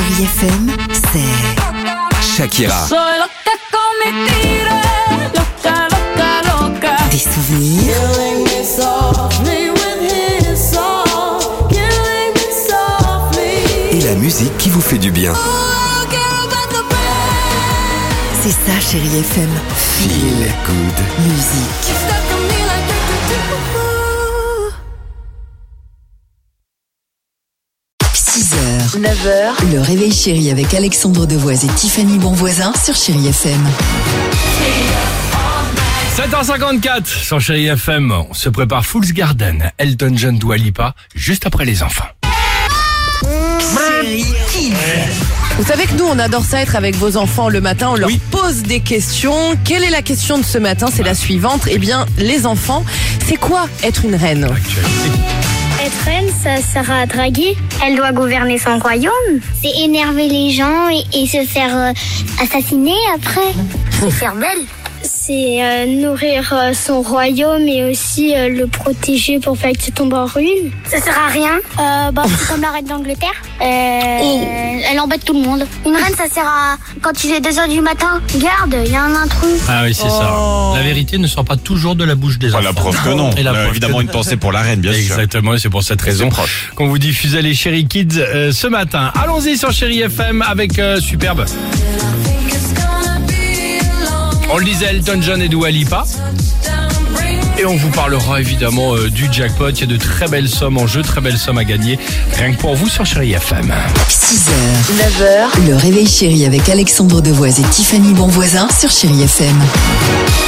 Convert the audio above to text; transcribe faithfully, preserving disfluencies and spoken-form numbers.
Chérie F M, c'est Shakira. Soy loca con mi tigre, loca, loca, loca. des souvenirs, Killing me softly with his song, killing me softly. Et la musique qui vous fait du bien. Oh, I don't care about the bad. c'est ça Chérie F M. Feel good. Musique. You stuck on me like do, do, do. six heures, neuf heures, le réveil chéri avec Alexandre Devoise et Tiffany Bonvoisin sur Chérie F M. sept heures cinquante-quatre sur Chérie F M. On se prépare Fool's Garden, Elton John, Dua Lipa, juste après les enfants. Chérie Kids. Vous savez que nous, on adore ça, être avec vos enfants le matin, on leur Oui. pose des questions. Quelle est la question de ce matin? C'est la suivante. Eh bien, les enfants, c'est quoi être une reine? Actualité. Être reine, ça sert à draguer. Elle doit gouverner son royaume. C'est énerver les gens et, et se faire euh, assassiner après. Se faire belle. C'est euh, nourrir euh, son royaume et aussi euh, le protéger pour pas qu'il tombe en ruine. Ça sert à rien. Euh, bah, c'est comme la reine d'Angleterre. Euh, Elle embête tout le monde. Une reine, ça sert à... Quand il est deux heures du matin, garde, il y a un intrus. Ah oui, c'est ça. La vérité ne sort pas toujours de la bouche des Oh, enfants. la preuve que non. Et la Euh, preuve évidemment, que une non. pensée pour la reine, bien sûr. Exactement, et c'est pour cette raison proche. qu'on vous diffusait les Chérie Kids euh, ce matin. Allons-y sur Chérie F M avec euh, Superbe. On le disait, Elton John et Dua Lipa. Et on vous parlera évidemment euh, du jackpot. Il y a de très belles sommes en jeu, très belles sommes à gagner. Rien que pour vous sur Chérie F M. six heures, neuf heures, le réveil chéri avec Alexandre Devoise et Tiffany Bonvoisin sur Chérie F M.